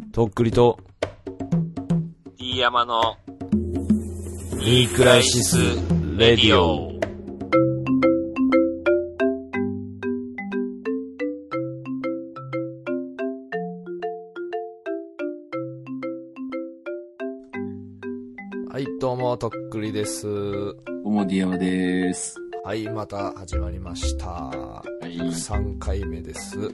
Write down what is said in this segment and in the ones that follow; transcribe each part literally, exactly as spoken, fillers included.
とっくりと D 山のニークライシスレディオ。はい、どうもとっくりです。 どうも D 山です。 はい、また始まりました。はい、さんかいめです。 はい、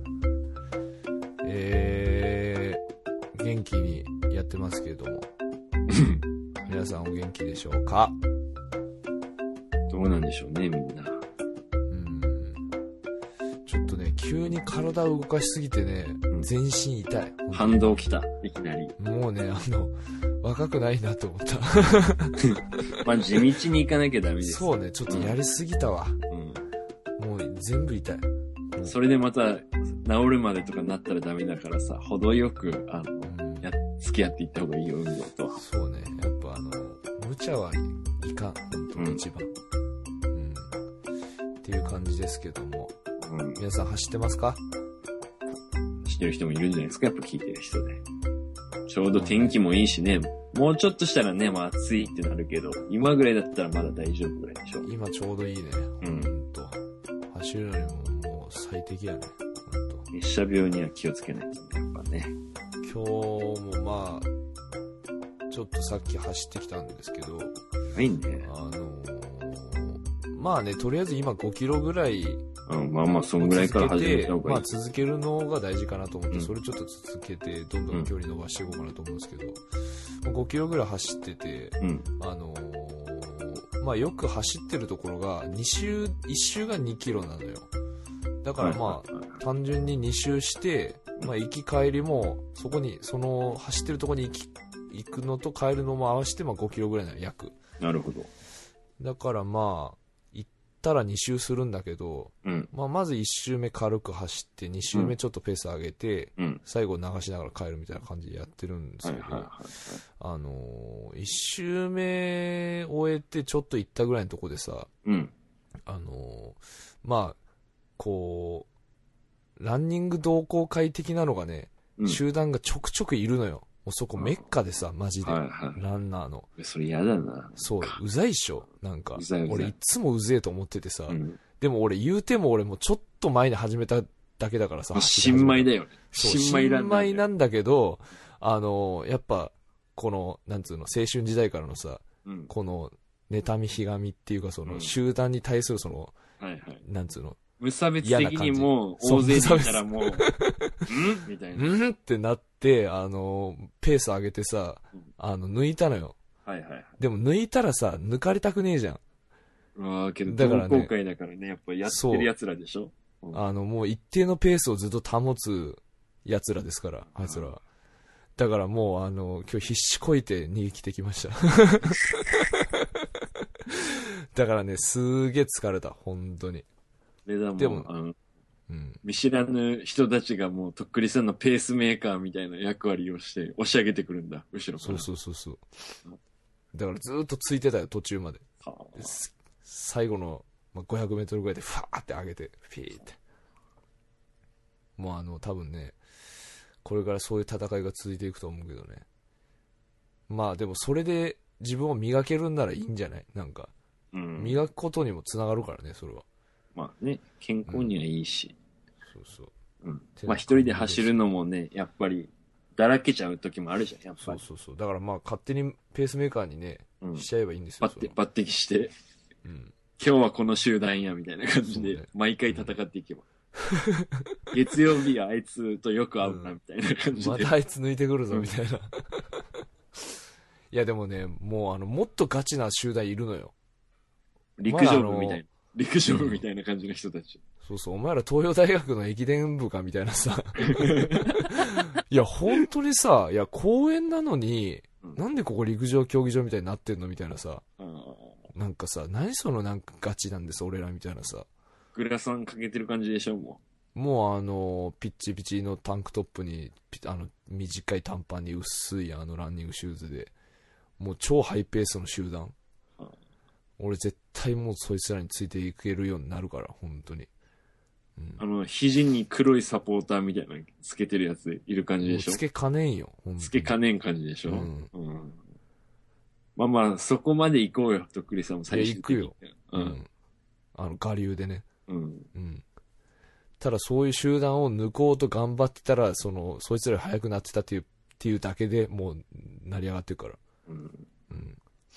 えー、元気にやってますけれども皆さんお元気でしょうか？ どうなんでしょうね、みんな。 うん、ちょっとね、急に体を動かしすぎてね、うん、全身痛い。 反動きた、いきなり。 もうね、あの若くないなと思ったまあ地道に行かなきゃダメです。 そうね、ちょっとやりすぎたわ、うん、もう全部痛い。 それでまた治るまでとかなったらダメだからさ、程よくあの、うん、や付き合っていった方がいいよ、運動と。 そうね、やっぱあの無茶はいかん、本当に一番、うんうん、っていう感じですけども、うん、皆さん走ってますか？ 走ってる人もいるんじゃないですか、やっぱ聞いてる人で。ちょうど天気もいいしね、もうちょっとしたらね、まあ暑いってなるけど、今ぐらいだったらまだ大丈夫ぐらいでしょ。 今ちょうどいいね。うん。ほんと。走るのにももう最適やね。ほんと。 熱射病には気をつけないとね、やっぱね。 今日もまあ、ちょっとさっき走ってきたんですけど。 いいね。 あのー、まあね、とりあえず今ごキロぐらい、 うん、まあまあそんぐらいから始めた方がいい。 まあ続けるのが大事かなと思って、うん、それちょっと続けてどんどん距離伸ばしていこうかなと思うんですけど、うん、ごキロぐらい走ってて、うん、あのー、まあよく走ってるところがに周、いち周がにキロなのよ。だからまあ単純にに周して、まあ行き帰りもそこに、その走ってるところに行き、行くのと帰るのも合わせてまあごキロぐらいなの約。 なるほど。 だからまあたらに周するんだけど、うんまあ、まずいち周目軽く走ってに周目ちょっとペース上げて、うん、最後流しながら帰るみたいな感じでやってるんですけど、はいはいはいはい、あのー、いち周目終えてちょっと行ったぐらいのとこでさ、うん、あのー、まあこうランニング同好会的なのがね、うん、集団がちょくちょくいるのよ。もうそこメッカでさ、マジで、はいはい、ランナーの。 それ嫌だな。 そう、うざいっしょ。なんか、 うざいうざい。 俺いつもうぜえと思っててさ、うん、でも俺言うても俺もちょっと前に始めただけだからさ。 新米だよね。 新米ランナー。新米なんだけど、あの、やっぱ、この、なんつうの、青春時代からのさ、うん、この、妬みひがみっていうか、その、集団に対するその、 はいはい、 なんつうの、 無差別的にも大勢でいたらもう、んみたいな。 んってなって、あの、ペース上げてさ、あの、抜いたのよ。 はいはいはい。 でも抜いたらさ、抜かれたくねえじゃん。 ああ、けど、同好会だからね、やっぱやってる奴らでしょ、 うん、あの、もう一定のペースをずっと保つ奴らですから、あいつらは。だからもう、あの、今日必死こいて逃げ切ってきました。だからね、すーげえ疲れた、本当に。 でも、あの、うん、見知らぬ人たちがもうとっくりさんのペースメーカーみたいな役割をして押し上げてくるんだ、後ろから。 そうそうそうそう。だからずーっとついてたよ、途中まで。はあ、最後のごひゃくメートルぐらいでファーって上げて、ピーって。もうあの、多分ね、これからそういう戦いが続いていくと思うけどね。まあでもそれで自分を磨けるんならいいんじゃない？なんか、うん、磨くことにもつながるからね、それは。 まあね、健康にはいいし。 うん、そうそう。 うん。まあ一人で走るのもね、やっぱり、だらけちゃう時もあるじゃん、やっぱり。 そうそうそう。だからまあ勝手にペースメーカーにね、うん、しちゃえばいいんですよ。 抜擢、抜擢して、うん、今日はこの集団や、みたいな感じで、毎回戦っていけば。うん、月曜日はあいつとよく会うな、みたいな感じで、 うん。またあいつ抜いてくるぞ、みたいな。いやでもね、もうあの、もっとガチな集団いるのよ。 陸上部みたいな。陸上部みたいな感じの人たち。 そうそう、お前ら東洋大学の駅伝部かみたいなさ。いや、本当にさ、いや、公園なのに、うん、なんでここ陸上競技場みたいになってんのみたいなさ。うん、なんかさ、何そのなんかガチなんです、俺らみたいなさ。 グラサンかけてる感じでしょ、もう。もうあの、ピッチピチのタンクトップに、あの、短い短パンに薄いあのランニングシューズで、もう超ハイペースの集団。俺絶対もうそいつらについていけるようになるから、本当に。 うん、 あの、肘に黒いサポーターみたいなのつけてるやついる感じでしょ。 つけかねんよ。 つけかねん感じでしょ。 うん。 うん、まあまあ、そこまで行こうよ、とっくりさんも最終的に。いや、行くよ。 うん。あの、我流でね。 うん。 うん。ただそういう集団を抜こうと頑張ってたら、その、そいつらが速くなってたっていう、っていうだけでもう、成り上がってるから。 うん。 うん。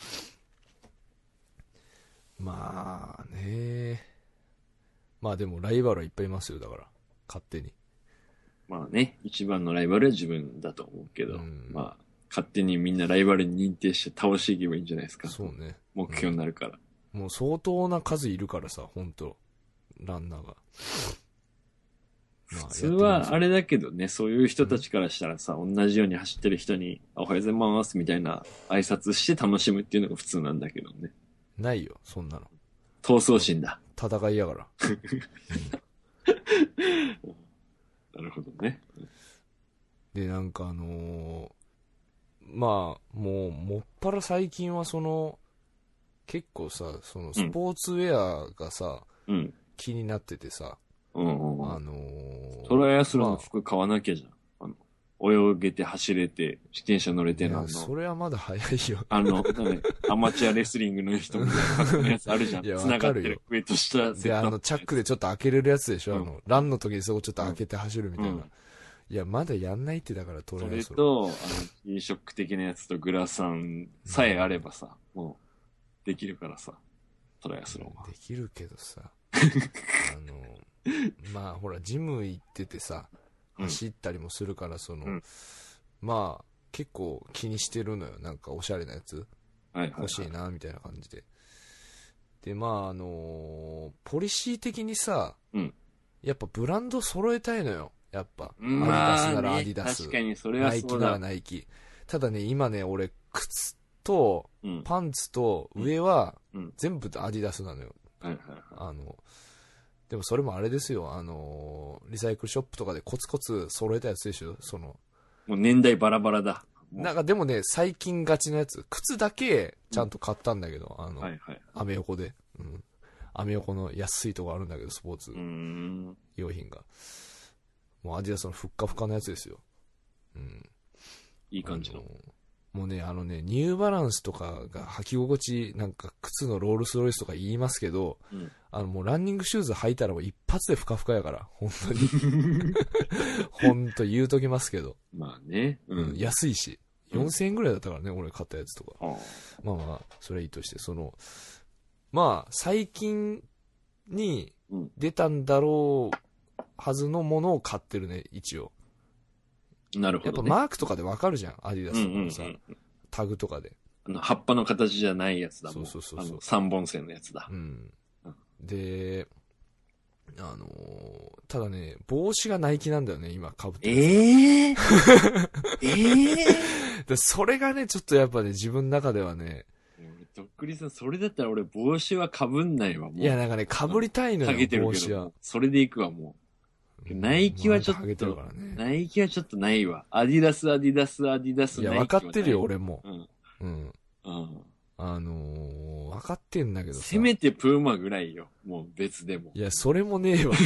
まあね。まあでもライバルはいっぱいいますよ、だから。勝手に。 まあね、一番のライバルは自分だと思うけど、うん、まあ、勝手にみんなライバルに認定して倒していけばいいんじゃないですか。 そうね。 目標になるから。 うん、もう相当な数いるからさ、本当ランナーが。 まあ、普通はあれだけどね、そういう人たちからしたらさ、うん、同じように走ってる人に、おはようございますみたいな挨拶して楽しむっていうのが普通なんだけどね。 ないよ、そんなの。 闘争心だ。 戦いやから。 なるほどね。 で、なんかあのー、まあ、もう、もっぱら最近はその、結構さ、そのスポーツウェアがさ、 うん、 気になっててさ、 うんうんうん、 あのー、 トライアスロンの服買わなきゃじゃん。まあ、あの、泳げて走れて、自転車乗れてなの。 それはまだ早いよ。 あの、ね、アマチュアレスリングの人みたいなやつあるじゃん。繋がってる上と下。 で、あの、チャックでちょっと開けれるやつでしょ、うん、あの、ランの時にそこちょっと開けて走るみたいな。うん、いや、まだやんないってだからトライアスロン。 それと、あの、G ショック的なやつとグラサンさえあればさ、うん、もう、できるからさ、トライアスロンは。 できるけどさ、あの、まあほらジム行っててさ走ったりもするから、その、うん、まあ結構気にしてるのよ、なんかおしゃれなやつ、 はいはいはい、 欲しいなみたいな感じで。でまああのー、ポリシー的にさ、 うん、 やっぱブランド揃えたいのよ、やっぱ、 うん、 アディダスならアディダス、 確かにそれはそうだ、 ナイキならナイキ。ただね今ね俺靴とパンツと上は全部アディダスなのよ、 はいはいはい、 あのでもそれもあれですよ、あのー、リサイクルショップとかでコツコツ揃えたやつでしょ、その。 もう年代バラバラだ。 なんかでもね、最近勝ちのやつ、靴だけちゃんと買ったんだけど、うん、あの、 はいはい、 アメ横で。うん。アメ横の安いとこあるんだけど、スポーツ用品が。もうアディダスのふっかふかのやつですよ。うん。 いい感じの。 もうね、あのね、ニューバランスとかが履き心地、なんか靴のロールスロイスとか言いますけど、 うん、 あのもうランニングシューズ履いたらもう一発でふかふかやから、本当に。本当言うときますけど。 まあね。 うん、安いし。よんせんえんぐらいだったからね、俺買ったやつとか。あまあまあ、それはいいとして、その、まあ、最近に出たんだろうはずのものを買ってるね、一応。 なるほど、ね。 やっぱマークとかでわかるじゃん、アディダスとかのさ、うんうんうん、タグとかで。 あの、葉っぱの形じゃないやつだもん。 そうそうそうそう。 あの、三本線のやつだ。 うん。うん、で、あのー、ただね、帽子がナイキなんだよね、今、被ってる。 ええー、ええー、 でそれがね、ちょっとやっぱね、自分の中ではね、 とっくりさん、それだったら俺帽子は被んないわ、もう。 いや、なんかね、被りたいのよ、帽子は。 それで行くわ、もう。ナイキはちょっと、ね、ナイキはちょっとないわ。アディダス、アディダス、アディダス、 いや、分かってるよ、俺も。 うん。 うん。 うん。 あのー、分かってんだけどさ。 せめてプーマぐらいよ。もう別でも。 いや、それもねえわ。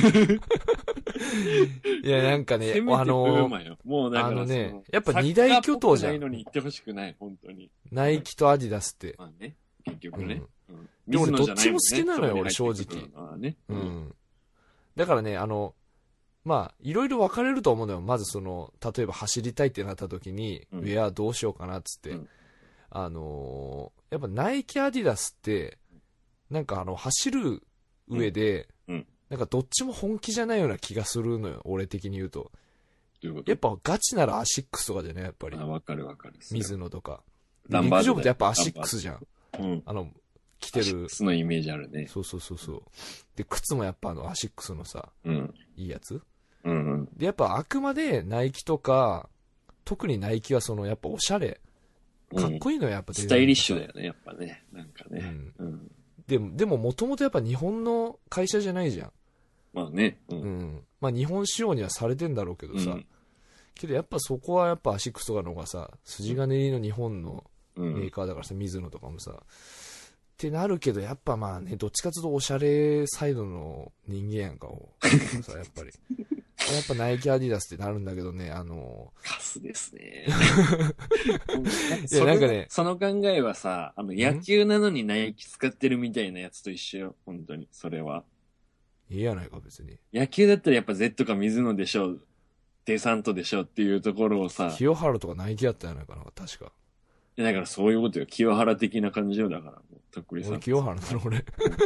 いや、なんかね、 せめてプーマよ。あのー、もうだからあのね、やっぱ二大巨頭じゃん。 ないのに言ってほしくない、本当に。 ナイキとアディダスって。 まあね、結局ね。 うん。で、俺どっちも好きなのよ、俺正直。 ああね。 うん。だからね、あの、まあ、いろいろ分かれると思うのよ。まずその、例えば走りたいってなった時に、うん、ウェアどうしようかなっつって。うん、あのー、やっぱナイキアディダスって、なんかあの、走る上で、 うんうん、 なんかどっちも本気じゃないような気がするのよ。俺的に言うと。 どういうこと？ やっぱガチならアシックスとかじゃね、やっぱり。 あ、わかるわかる。 水野とか。陸上部ってやっぱアシックスじゃん。 うん。 あの、着てる。アシックスのイメージあるね。 そうそうそうそう。で、靴もやっぱあの、アシックスのさ、 うん、 いいやつうんうん、 で、やっぱあくまでナイキとか、特にナイキはそのやっぱおしゃれ。かっこいいのよ、やっぱ、 うん、スタイリッシュだよね、やっぱね。なんかね。 うん。うん、でも、でももともとやっぱ日本の会社じゃないじゃん。 まあね。 うん。うん、まあ日本仕様にはされてんだろうけどさ。うん、けどやっぱそこはやっぱアシックスとかの方がさ、筋金入りの日本のメーカーだからさ、水野とかもさ。 ってなるけど、やっぱまあね、どっちかというとおしゃれサイドの人間やんか、さやっぱり。やっぱナイキアディダスってなるんだけどね、あのー、カスですね。 いや、なんかね、 その考えはさ、あの、野球なのにナイキ使ってるみたいなやつと一緒よ。本当に、それは。 いいやないか、別に。 野球だったらやっぱ Z か水野でしょ、デサントでしょっていうところをさ。 清原とかナイキやったやないかな、確か。 いや、だからそういうことよ。清原的な感じよ、だから。とっくりさん。 俺清原なの、俺。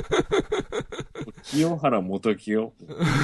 清原元清。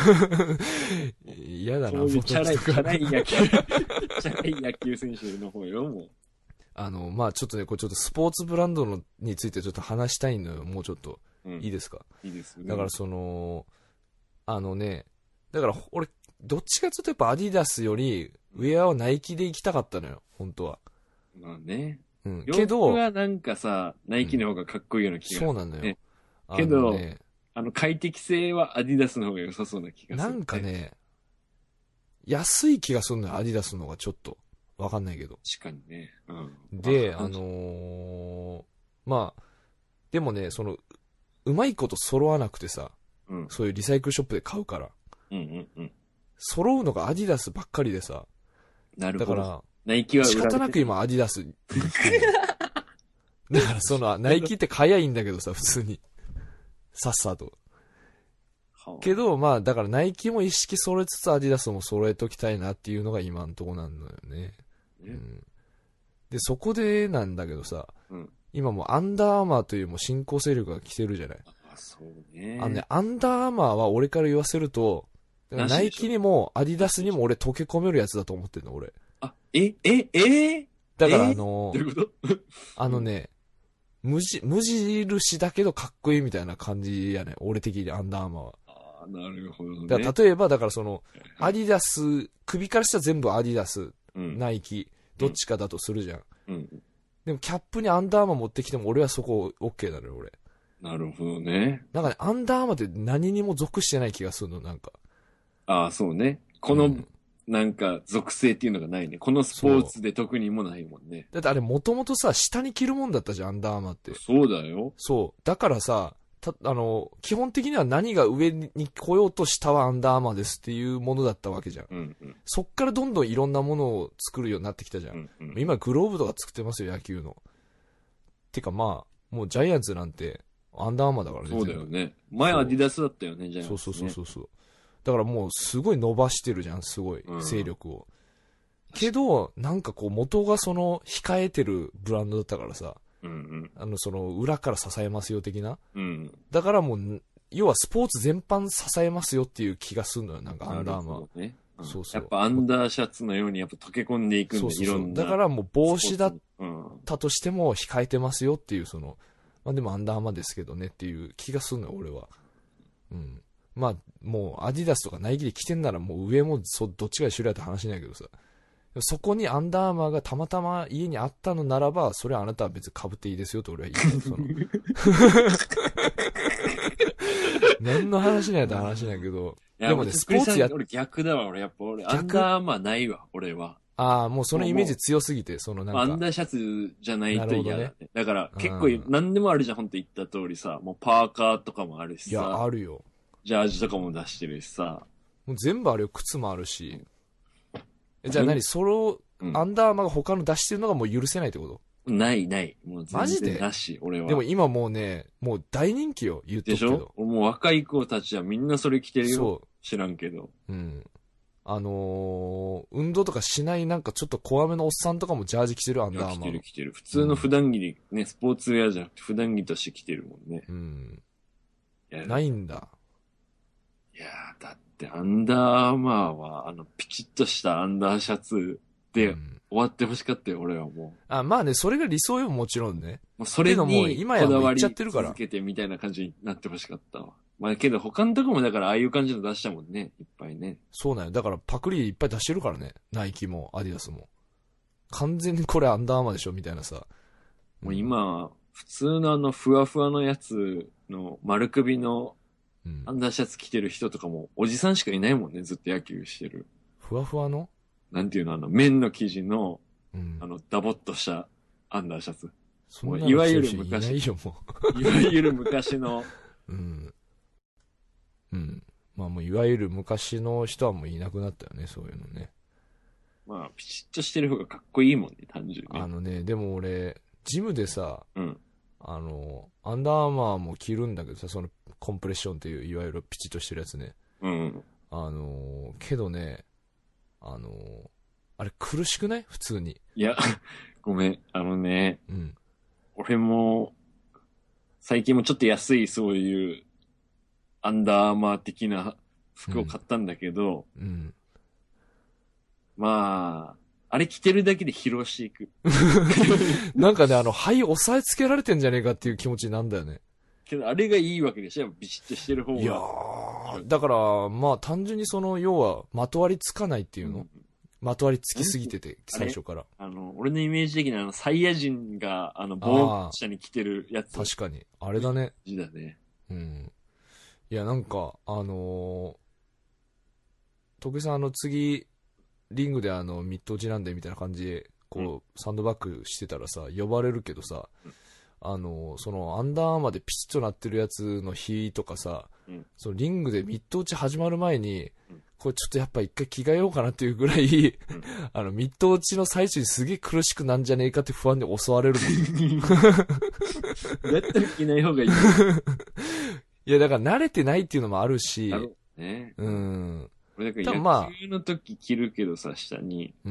嫌だな、 そういうチャラい、チャラい野球、チャラい野球選手の方よ、もう。 あの、まあちょっとね、これちょっとスポーツブランドのについてちょっと話したいのよ、もうちょっと。うん、いいですか？ いいですね。 だからその、あのね、だから俺、どっちかというとやっぱアディダスより、ウェアはナイキで行きたかったのよ、本当は。 まあね。 うん。けど、 洋服はなんかさ、ナイキの方がかっこいいような気がする、 ね、そうなんだよ。 ね、けど、ね、あの快適性はアディダスの方が良さそうな気がする、ね。 なんかね、安い気がするのよ、アディダスの方がちょっと。わかんないけど。 確かにね。うん。 で、あのー、まあ、でもね、その、うまいこと揃わなくてさ、うん、そういうリサイクルショップで買うから。 うんうんうん。 揃うのがアディダスばっかりでさ。 なるほど。 だから、 ナイキは仕方なく今アディダス。だからその、ナイキって買えばいいんだけどさ、普通に。さっさと。けど、まあ、だからナイキも一式揃えつつアディダスも揃えときたいなっていうのが今のとこなのよね。うん、で、そこでなんだけどさ、うん、今もうアンダーアーマーというもう新興勢力が来てるじゃない。 あ、そうね。 あのね、アンダーアーマーは俺から言わせると、ナイキにもアディダスにも俺溶け込めるやつだと思ってんの、俺。 あ、え、え、えだからあのー、どういうことあのね、無じ、無印だけどかっこいいみたいな感じやね。俺的にアンダーアーマーは。 ああ、なるほどね。 だから例えば、だからその、アディダス、首からしたら全部アディダス、うん、ナイキ、どっちかだとするじゃん。うんうん、でもキャップにアンダーアーマー持ってきても俺はそこ OK なのよ、俺。 なるほどね。 なんかね、アンダーアーマーって何にも属してない気がするの、なんか。 ああ、そうね。この、うん、なんか、属性っていうのがないね。このスポーツで特にもないもんね。 だってあれもともとさ、下に着るもんだったじゃん、アンダーアーマーって。 そうだよ。 そう。だからさ、た、あの、基本的には何が上に来ようと下はアンダーアーマーですっていうものだったわけじゃん。うんうん、そっからどんどんいろんなものを作るようになってきたじゃん。うんうん、今グローブとか作ってますよ、野球の。てかまあ、もうジャイアンツなんてアンダーアーマーだからね。 そうだよね。前アディダスだったよね、ジャイアンツ、ね。 そうそうそうそう。だからもうすごい伸ばしてるじゃん、すごい、勢力を。うん、けど、なんかこう元がその控えてるブランドだったからさ、うんうん、あのその裏から支えますよ的な。うん、だからもう、要はスポーツ全般支えますよっていう気がするのよ、なんかアンダーアーマー。 ねうん、そうそう。やっぱアンダーシャツのようにやっぱ溶け込んでいくんだ、そうそうそういろんな。 だからもう帽子だったとしても控えてますよっていう、その、まあでもアンダーアーマーですけどねっていう気がするのよ、俺は。うん。まあ、もう、アディダスとかナイキで着てんならもう上もそ、どっちが一緒だって話なんやけどさ。そこにアンダーアーマーがたまたま家にあったのならば、それはあなたは別に被っていいですよと俺は言う。その何の話なんやった話なんやけど。 でもね、スポーツや俺逆だわ、俺やっぱ俺、アンダーアーマーないわ、俺は。 ああ、もうそのイメージ強すぎて、そのなんか。 アンダーシャツじゃないと嫌だね。ねだから結構何でもあるじゃん、ほんと言った通りさ。もうパーカーとかもあるしさ。 いや、あるよ。 ジャージとかも出してるしさ。 もう全部あるよ、靴もあるし。えじゃあ何それを、うん、アンダーアーマーが他の出してるのがもう許せないってこと？ ないない。もう全然なし、俺は。 でも今もうね、もう大人気よ、言ってるけど。でしょ？もう若い子たちはみんなそれ着てるよ。そう。知らんけど。 うん。あのー、運動とかしないなんかちょっと怖めのおっさんとかもジャージ着てるアンダーアーマー。 着てる着てる。普通の普段着に、ね、スポーツウェアじゃなくて普段着として着てるもんね。うん。 ないんだ。 いやー、だってアンダーアーマーは、あの、ピチッとしたアンダーシャツで終わってほしかったよ、俺はもう。 あ、まあね、それが理想よ、もちろんね。 もうそれにこだわり続けてみたいな感じになってほしかったわ。まあけど他のとこもだからああいう感じの出したもんね、いっぱいね。 そうなんよ。だからパクリいっぱい出してるからね。ナイキもアディダスも。完全にこれアンダーアーマーでしょみたいなさ。 もう今、普通のあのふわふわのやつの丸首のアンダーシャツ着てる人とかもおじさんしかいないもんね、ずっと野球してる。 ふわふわのなんていうの、あの、綿の生地の、うん、あの、ダボっとしたアンダーシャツ。 そんなのいわゆる昔。いないよ、もう。いわゆる昔の。 うん。うん。まあもういわゆる昔の人はもういなくなったよね、そういうのね。 まあ、ピチッとしてる方がかっこいいもんね、単純に。 あのね、でも俺、ジムでさ、 うん。 あの、アンダーアーマーも着るんだけどさ、そのコンプレッションっていう、いわゆるピチッとしてるやつね。 うん。 あの、けどね、あの、あれ苦しくない普通に。 いや、ごめん、あのね、 うん。 俺も、最近もちょっと安いそういう、アンダーアーマー的な服を買ったんだけど、 うん。うん、 まあ、あれ着てるだけで疲労していく。 なんかね、あの、肺押さえつけられてんじゃねえかっていう気持ちになんだよね。 けど、あれがいいわけでしょ、ビシッとしてる方が。 いやー、だから、まあ単純にその、要は、まとわりつかないっていうの、うん、まとわりつきすぎてて、最初から。 あの、俺のイメージ的にあの、サイヤ人が、あの、防下に着てるやつ。 確かに。あれだね。 字だね。 うん。いや、なんか、あのー、徳井さん、あの、次、リングであの、ミッド打ちなんで、みたいな感じで、こう、うん、サンドバッグしてたらさ、呼ばれるけどさ、うん、あの、その、アンダーアーマーでピチッとなってるやつの日とかさ、うん、そのリングでミッド打ち始まる前に、うん、これちょっとやっぱ一回着替えようかなっていうぐらい、うん、あの、ミッド打ちの最中にすげえ苦しくなんじゃねえかって不安で襲われるもん。 だったら着ない方がいい。 いや、だから慣れてないっていうのもあるし、 ね、 うん。 俺だから野球の時着るけどさ、下に。 うん。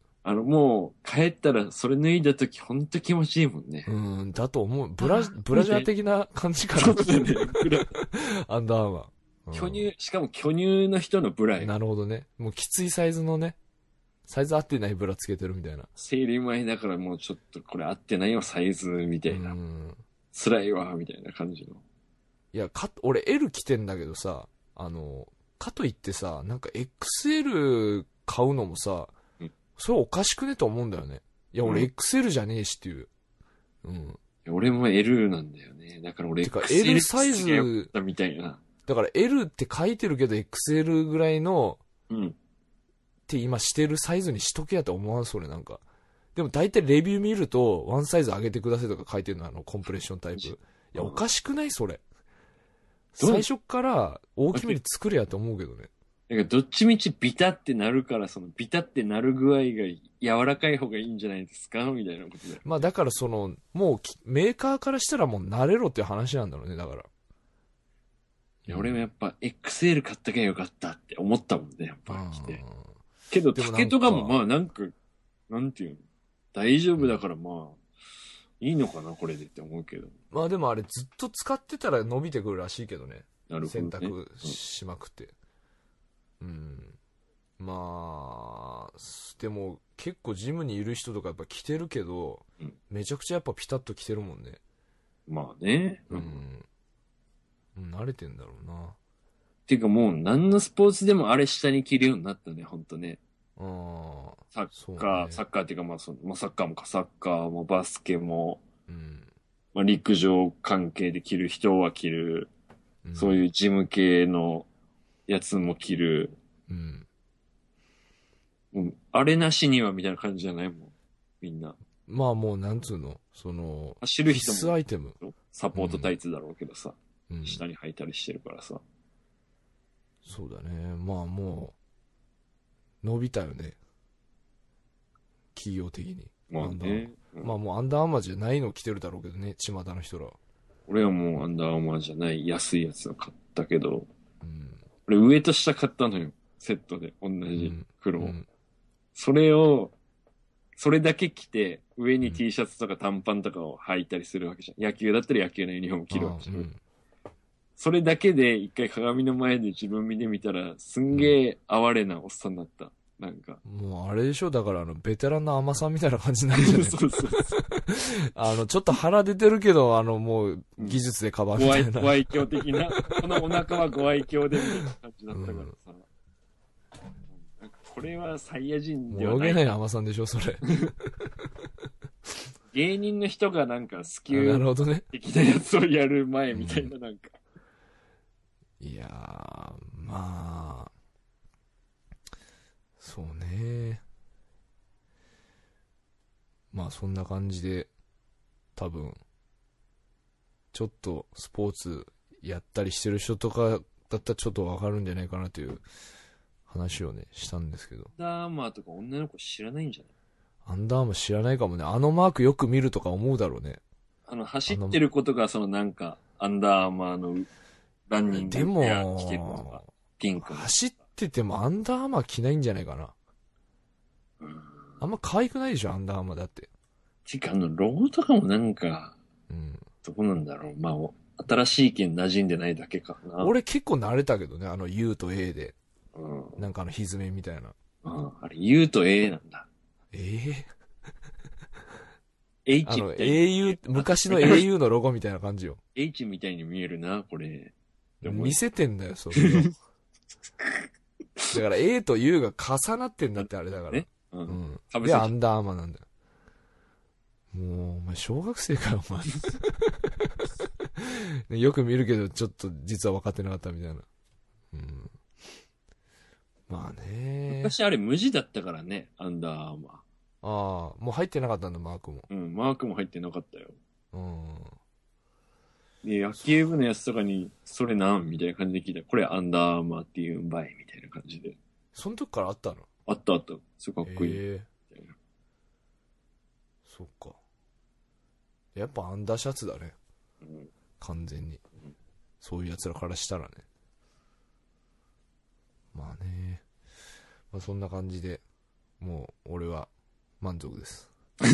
あの、もう、帰ったらそれ脱いだ時ほんと気持ちいいもんね。 うん、だと思う。ブラ、ブラジャー的な感じかな。そうだね。アンダーアーマー。 うん、巨乳、しかも巨乳の人のブラや。 なるほどね。もうきついサイズのね、サイズ合ってないブラつけてるみたいな。 生理前だからもうちょっとこれ合ってないよ、サイズみたいな。うん、辛いわ、みたいな感じの。 いや、か、俺 エル 着てんだけどさ、あの、かといってさ、なんか エックスエル 買うのもさ、うん、それおかしくねと思うんだよね。いや、俺 エックスエル じゃねえしっていう。うん。 俺も エル なんだよね。だから俺 エックスエル L サイズみたいな。 だから エル って書いてるけど エックスエル ぐらいの、 うん。 って今してるサイズにしとけやと思わん、それなんか。でも大体レビュー見ると、ワンサイズ上げてくださいとか書いてるの、あの、コンプレッションタイプ。いや、おかしくないそれ。最初から大きめに作れやと思うけどね。 だからどっちみちビタってなるから、そのビタってなる具合が柔らかい方がいいんじゃないですかみたいなことで。 まあだからその、もうメーカーからしたらもう慣れろっていう話なんだろうね、だから。 いや、俺もやっぱ エックスエル 買っときゃよかったって思ったもんね、やっぱ来て。けど竹とかもまあなんか、なんていうの、大丈夫だからまあ、いいのかなこれでって思うけど。 まあでもあれずっと使ってたら伸びてくるらしいけどね。 なるほど、ね。 洗濯しまくって。うん、うん。まあ、でも結構ジムにいる人とかやっぱ着てるけど、うん、めちゃくちゃやっぱピタッと着てるもんね。 まあね。 うん。うん、慣れてんだろうな。 ていうかもう何のスポーツでもあれ下に着るようになったね、ほんとね。 ああ。 サッカー、ね、サッカーっていうかまあその、まあサッカーもか、サッカーもバスケも、うん、まあ陸上関係で着る人は着る、うん、そういうジム系のやつも着る。うん。うん、あれなしにはみたいな感じじゃないもん、みんな。まあもうなんつうの、その、 走る人も。 必須アイテム。 サポートタイツだろうけどさ、うん、下に履いたりしてるからさ。 そうだね。まあもう、伸びたよね。企業的に。 まあね。 うん、まあもうアンダーアーマーじゃないの着てるだろうけどね、巷の人ら。 俺はもうアンダーアーマーじゃない安いやつを買ったけど、うん、俺上と下買ったのよ。セットで。同じ黒を。うんうん、それを、それだけ着て、上に T シャツとか短パンとかを履いたりするわけじゃん。野球だったら野球のユニフォーム着るわけじゃん。うん、それだけで一回鏡の前で自分見てみたら、すんげえ哀れなおっさんだった。なんか。 もうあれでしょだからあの、ベテランの甘さんみたいな感じになるじゃないそうそうそう。あの、ちょっと腹出てるけど、あの、もう、技術でカバーみたいな。 ご愛嬌的な。このお腹はご愛嬌でみたいな感じだったからさ。うんこれはサイヤ人ではない。 泳げない甘さんでしょ、それ。 芸人の人がなんかスキュー的なやつをやる前みたいななんか。 うん、いやー、まあ、そうね。まあそんな感じで、 多分。ちょっとスポーツやったりしてる人とかだったらちょっとわかるんじゃないかなという話をね、したんですけど。 アンダーアーマーとか女の子知らないんじゃない？ アンダーアーマー知らないかもね。あのマークよく見るとか思うだろうね。 あの、走ってることがそのなんか、アンダーアーマーのランニングでも、 着てることが、ピンクの。 走っててもアンダーアーマー着ないんじゃないかな。うん、あんま可愛くないでしょ、アンダーアーマーだって。 てか、あの、ロゴとかもなんか、うん。どうなんだろう。まあ、新しい意見馴染んでないだけかな。 俺結構慣れたけどね、あの U と A で。うん。なんかあの歪めみたいな。 うん。あれ U と A なんだ。 ええー、H あの エーユー、昔の エーユー のロゴみたいな感じよ。 H みたいに見えるな、これ。 見せてんだよ、それを。だから A と U が重なってんだってあれだから。ね、うん。うん、で、アンダーアーマーなんだよ。もう、お前小学生かよ、お前。ね、よく見るけど、ちょっと実は分かってなかったみたいな。うん。まあね。 昔あれ無地だったからね、アンダーアーマー。 ああ、もう入ってなかったんだ、マークも。 うん、マークも入ってなかったよ。うん。で、野球部のやつとかに、それなんみたいな感じで聞いたら、これアンダーアーマーっていうんばいみたいな感じで。 その時からあったの？ あったあった。すごいかっこいい。へえ。 そっか。やっぱアンダーシャツだね。うん、完全に、うん。そういう奴らからしたらね。まあね。まあそんな感じで、もう俺は満足です。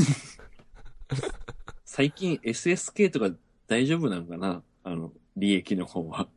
最近 エスエスケー とか大丈夫なのかな？あの、利益の方は。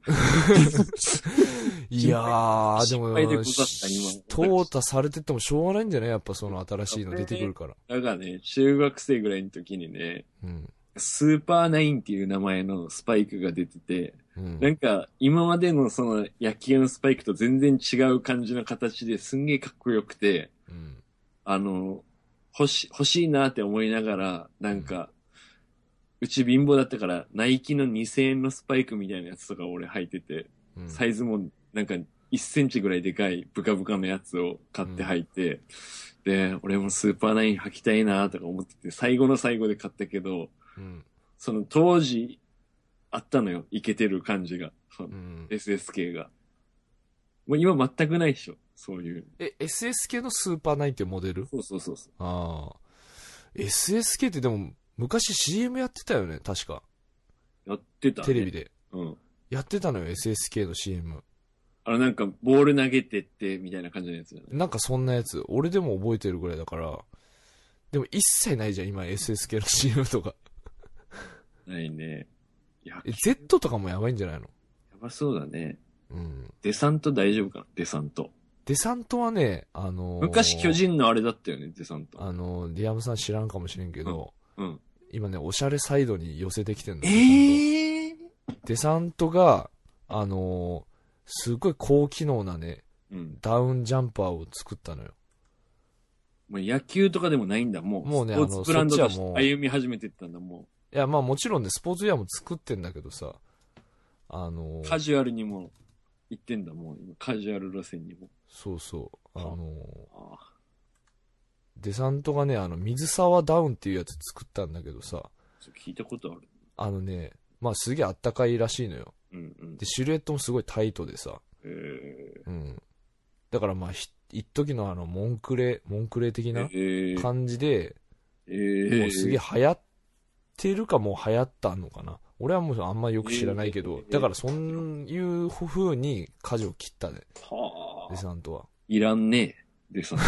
いやー、でも、淘汰されてってもしょうがないんじゃない？やっぱその新しいの出てくるから。 だからね、中学生ぐらいの時にね、うん、スーパーナインっていう名前のスパイクが出てて、うん、なんか今までのその野球のスパイクと全然違う感じの形ですんげえかっこよくて、うん、あの、欲し、欲しいなって思いながら、なんか、うんうち貧乏だったから、ナイキのにせんえんのスパイクみたいなやつとか俺履いてて、うん、サイズもなんかいっセンチぐらいでかいブカブカのやつを買って履いて、うん、で、俺もスーパーナイン履きたいなとか思ってて、最後の最後で買ったけど、うん、その当時あったのよ、イケてる感じが。その エスエスケー が。もう今全くないでしょ、そういう。 え、エスエスケー のスーパーナインっていうモデル？ そうそうそうそう。 ああ。エスエスケー ってでも、昔 シーエム やってたよね、確か。 やってた、ね、 テレビで。 うん。 やってたのよ、エスエスケー の シーエム。 あのなんか、ボール投げてって、みたいな感じのやつだね。 なんかそんなやつ。俺でも覚えてるぐらいだから。でも一切ないじゃん、今 エスエスケー の シーエム とか。 ないね。 え、Z とかもやばいんじゃないの？やばそうだね。うん。デサント大丈夫かな？デサント。 デサントはね、あのー、 昔巨人のあれだったよね、デサント。 あのー、ディアムさん知らんかもしれんけど、うん。うん、今ね、おしゃれサイドに寄せてきてんの。えー、デサントが、あのー、すごい高機能なね、うん、ダウンジャンパーを作ったのよ。 もう野球とかでもないんだ、もう。もうね、あの、スポーツブランドとして歩み始めてったんだ、もう。いや、まあもちろんね、スポーツウェアも作ってんだけどさ、あのー、カジュアルにも行ってんだ、もう。カジュアル路線にも。 そうそう。あのー、あデサントがね、あの、水沢ダウンっていうやつ作ったんだけどさ。 聞いたことある。 あのね、まあすげえあったかいらしいのよ。うんうん、で、シルエットもすごいタイトでさ。へー、うん。だからまあ、一時のあの、モンクレ、モンクレ的な感じで、えー、もうすげえ流行ってるかもう流行ったのかな。俺はもうあんまよく知らないけど、えー、だからそういう風に舵を切ったね。はあ。デサントは。 いらんねえ。デサント。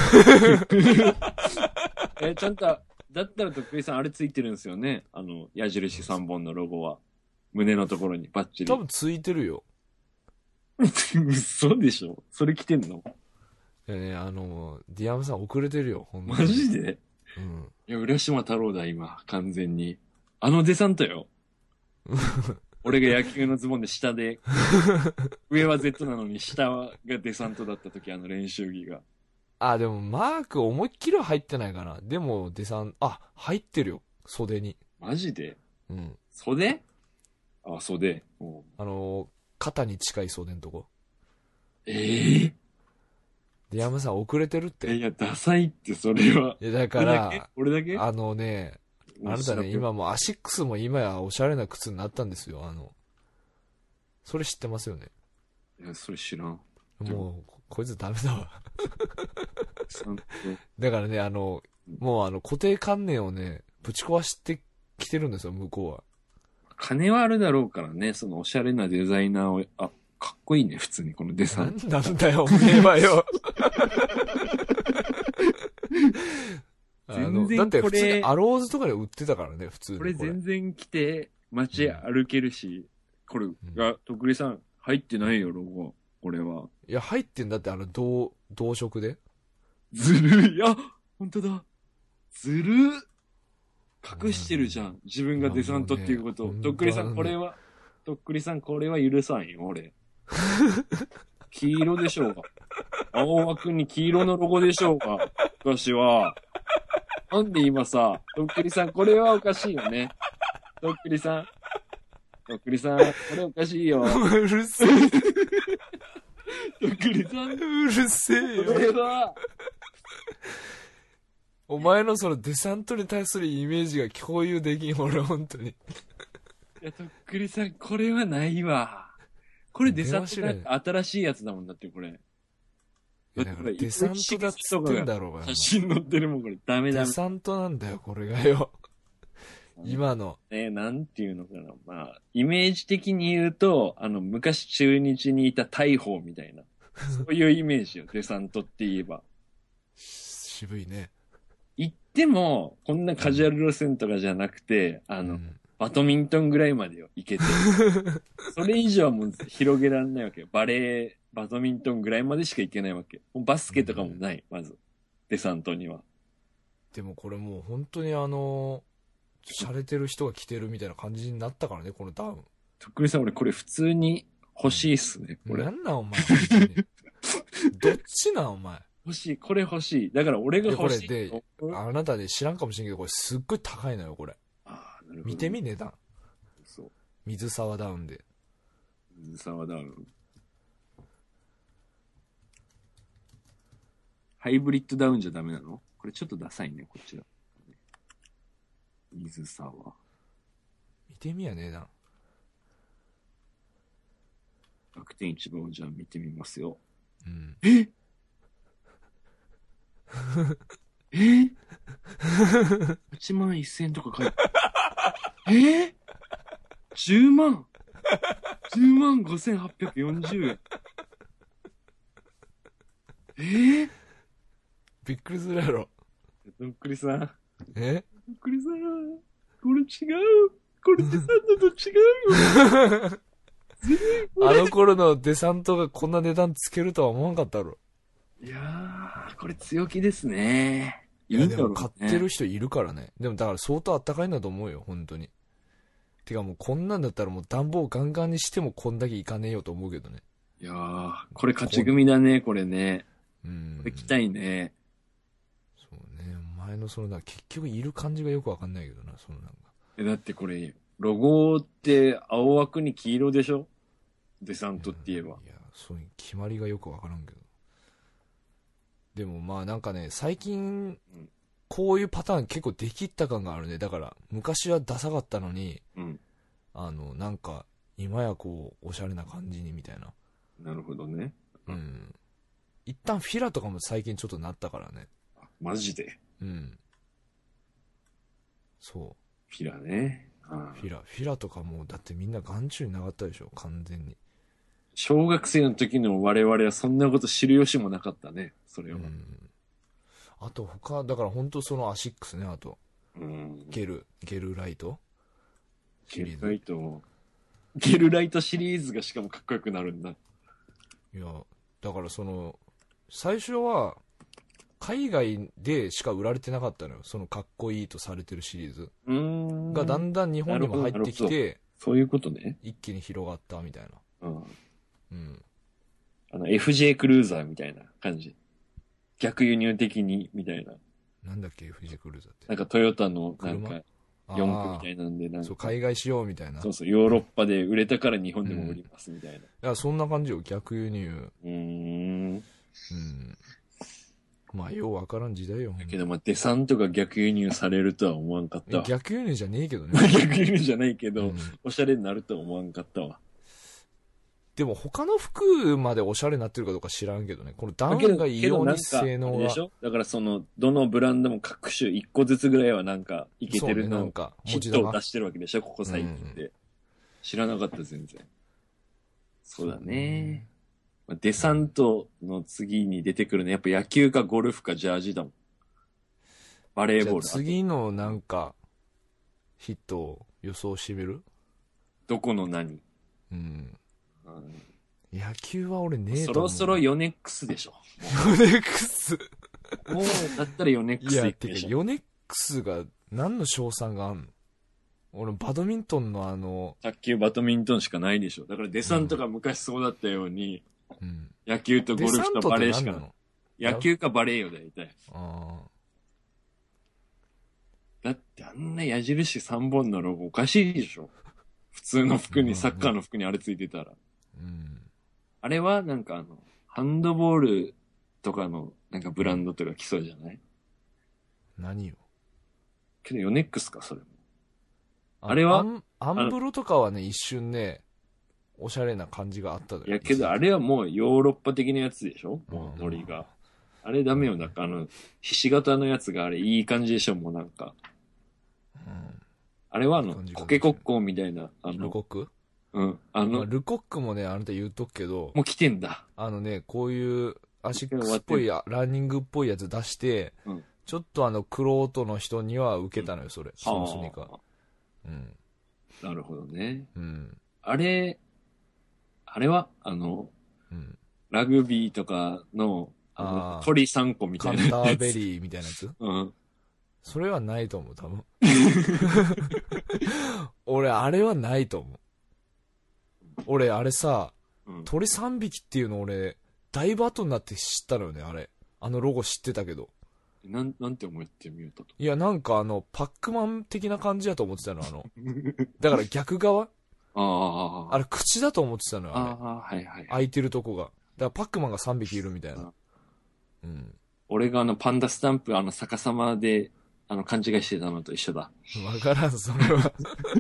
え、ちゃんと、だったら徳井さんあれついてるんですよね。あの、矢印さんぼんのロゴは。胸のところにバッチリ。 多分ついてるよ。 嘘でしょ？それ着てんの？ いやね、あの、ディアムさん遅れてるよ、 ほんまに。マジで？うん。いや、浦島太郎だ、今、完全に。あのデサントよ。俺が野球のズボンで下で、上は Z なのに下がデサントだった時、あの練習着が。 あ、でもマーク思いっきりは入ってないかな。でもデサン、あ、入ってるよ、袖に。 マジで？うん。袖？あ、袖。 あの、肩に近い袖のとこ。 ええー、 ディアムさん遅れてるって。 いや、ダサいって、それは。 いや、だから、 俺だけ？俺だけ？ あのね、 あなたね、今もうアシックスも今やおしゃれな靴になったんですよ。あの、それ知ってますよね。 いや、それ知らん。 もう、こいつダメだわ。だからね、あの、もうあの固定観念をね、ぶち壊してきてるんですよ、向こうは。 金はあるだろうからね、そのおしゃれなデザイナーを、あ、かっこいいね、普通にこのデザイン。 なんなんだよ、おめえはよ。あのだって普通にアローズとかで売ってたからね、普通に。 これ全然着て街歩けるし、うん、これが、とっくりさん、入ってないよ、ロゴ。これは。 いや、入ってんだって、あの、同、同色で。 ずるい。あ、ほんとだ。ずる隠してるじゃん。自分がデサントっていうことを。ね、とっくりさん、これは、とっくりさん、これは許さんよ、俺。黄色でしょうが。青枠に黄色のロゴでしょうが。私は。なんで今さ、とっくりさん、これはおかしいよね。とっくりさん。とっくりさん、これおかしいよ。 うるせえ。 とっくりさん。 うるせえよ。 これは。 お前のそのデサントに対するイメージが共有できん、俺本当に。いや、とっくりさん、これはないわ。これデサントだ新しいやつだもんだって、これ。 だからデサントだっつってんだろうが。 写真載ってるもん、これ。ダメダメ。 デサントなんだよ、これがよ。今の。 ね、なんていうのかな。まあ、イメージ的に言うと、あの、昔中日にいた大砲みたいな。そういうイメージよ、デサントって言えば。 渋いね。 行っても、こんなカジュアル路線とかじゃなくて、あの、うん、バドミントンぐらいまでよ、行けて。それ以上はもう広げられないわけよ。バレー、バドミントンぐらいまでしか行けないわけ。バスケとかもない、うん、まず。デサントには。 でもこれもう本当にあの、洒落てる人が着てるみたいな感じになったからね、このダウン。 とっくりさん、俺これ普通に欲しいっすね、これ。 なんなんお前。どっちなんお前。 欲しい、これ欲しい。だから俺が欲しい。 これで、あなたで知らんかもしれんけど、これすっごい高いのよ、これ。 ああ、なるほど。 見てみ、値段。 そう。 水沢ダウンで。 水沢ダウン。ハイブリッドダウンじゃダメなの？これちょっとダサいね、こちら。水沢。 見てみや、値段。 楽天市場をじゃあ見てみますよ。 うん。 ええいちまんせんえんとか書いてある。え ?じゅうまん ?じゅうまんごせんはっぴゃくよんじゅうえん。えー、 びっくりするやろ。 どっくりさん。 えどっくりさん。これ違う。これデサントと違うよ。 あの頃のデサントがこんな値段つけるとは思わんかったろ。 いやー、これ強気ですね。 いや、でも買ってる人いるからね。でもだから相当あったかいんだと思うよ、本当に。てかもうこんなんだったらもう暖房ガンガンにしてもこんだけいかねえよと思うけどね。 いやー、これ勝ち組だね、これね。 うん。 これ着たいね。 そうね。お前のそのな、結局いる感じがよくわかんないけどな、そのなんか。 え、だってこれ、ロゴって青枠に黄色でしょ？デサントって言えば。いや、 いやそういう決まりがよくわからんけど。でもまあなんかね、最近、こういうパターン結構できった感があるね。だから、昔はダサかったのに、 うん、 あの、なんか、今やこう、おしゃれな感じにみたいな。 なるほどね。 うん。一旦フィラとかも最近ちょっとなったからね。 マジで？ うん。そう。 フィラね。 ああフィラ、フィラとかもう、だってみんな眼中になかったでしょ、完全に。 小学生の時の我々はそんなこと知る由もなかったね、それは。うん、 あと他、だから本当そのアシックスね、あと。 うん、 ゲル、ゲルライトゲルライト。ゲルライトシリーズがしかもかっこよくなるんだ。 いや、だからその、最初は、海外でしか売られてなかったのよ。そのかっこいいとされてるシリーズ。 うーん。 がだんだん日本にも入ってきて、 そういうことね。 一気に広がったみたいな。 うん。 うん。 あの、エフジェー クルーザーみたいな感じ。逆輸入的に、みたいな。 なんだっけ、エフジェー クルーザーって。 なんかトヨタの、なんか、よんくみたいなんで、なんか。 そう、海外しようみたいな。 そうそう、ヨーロッパで売れたから日本でも売りますみたいな。うん、いや、そんな感じよ、逆輸入。 うーん。 うん。 まあ、ようわからん時代よ。 だけど、まあ、デサントが逆輸入されるとは思わんかったわ。 逆輸入じゃねえけどね。 逆輸入じゃないけど、うん、おしゃれになるとは思わんかったわ。 でも他の服までおしゃれになってるかどうか知らんけどね。このダウンが異様に性能が。 でしょ？だからその、どのブランドも各種一個ずつぐらいはなんか、いけてるのを、ヒットを出してるわけでしょ？ここ最近って、うん。知らなかった、全然。そうだね。うん、デサントの次に出てくるの、やっぱ野球かゴルフかジャージだもん。バレーボール。 じゃあ次のなんか、ヒットを予想してみる？ どこの何？ うん。野球は俺ねえと思う。そろそろヨネックスでしょ。 ヨネックスもうだったらヨネックスでいくでしょ。 いや、てかヨネックスが何の賞賛があんの？俺バドミントンのあの卓球バドミントンしかないでしょ。だからデサントが昔そうだったように、うん、野球とゴルフとバレーしかない。野球かバレーよ、大体。あだってあんな矢印さんぼんのロゴおかしいでしょ。普通の服に、サッカーの服にあれついてたら。うん、あれはなんかあの、ハンドボールとかのなんかブランドとか来そうじゃない？ 何よ。 けどヨネックスか、それも。 あ, あれはアン、アンブロとかはね、一瞬ね、おしゃれな感じがあったのよ。 いやけどあれはもうヨーロッパ的なやつでしょ？もうノリが。あれダメよ、なんかあの、ひし形のやつがあれいい感じでしょ、もうなんか。うん、あれはあの、コケコッコーみたいな、あの。 ルコック？ うん。あの、まあ、 ルコックもね、あなた言うとくけど。 もう来てんだ。 あのね、こういうアシックスっぽい、ランニングっぽいやつ出して、うん、ちょっとあの、クロートの人には受けたのよ、それ。そのスニーカー。うん。 なるほどね。うん。あれ、あれはあの、うん、ラグビーとかの、あの、あ鳥さんこみたいなやつ。 カンターベリーみたいなやつ？うん。それはないと思う、多分。俺、あれはないと思う。俺、あれさ、うん、鳥さんびきっていうの俺、大バトになって知ったのよね、あれ。あのロゴ知ってたけど。 なん、なんて思ってみようと。 いや、なんかあの、パックマン的な感じだと思ってたの、あの。だから逆側ああ。あれ、口だと思ってたのよ、あれ。ああ、はいはい。開いてるとこが。だからパックマンがさんびきいるみたいな。 うん。俺があの、パンダスタンプ、あの、逆さまで、あの、勘違いしてたのと一緒だ。 わからん、それは。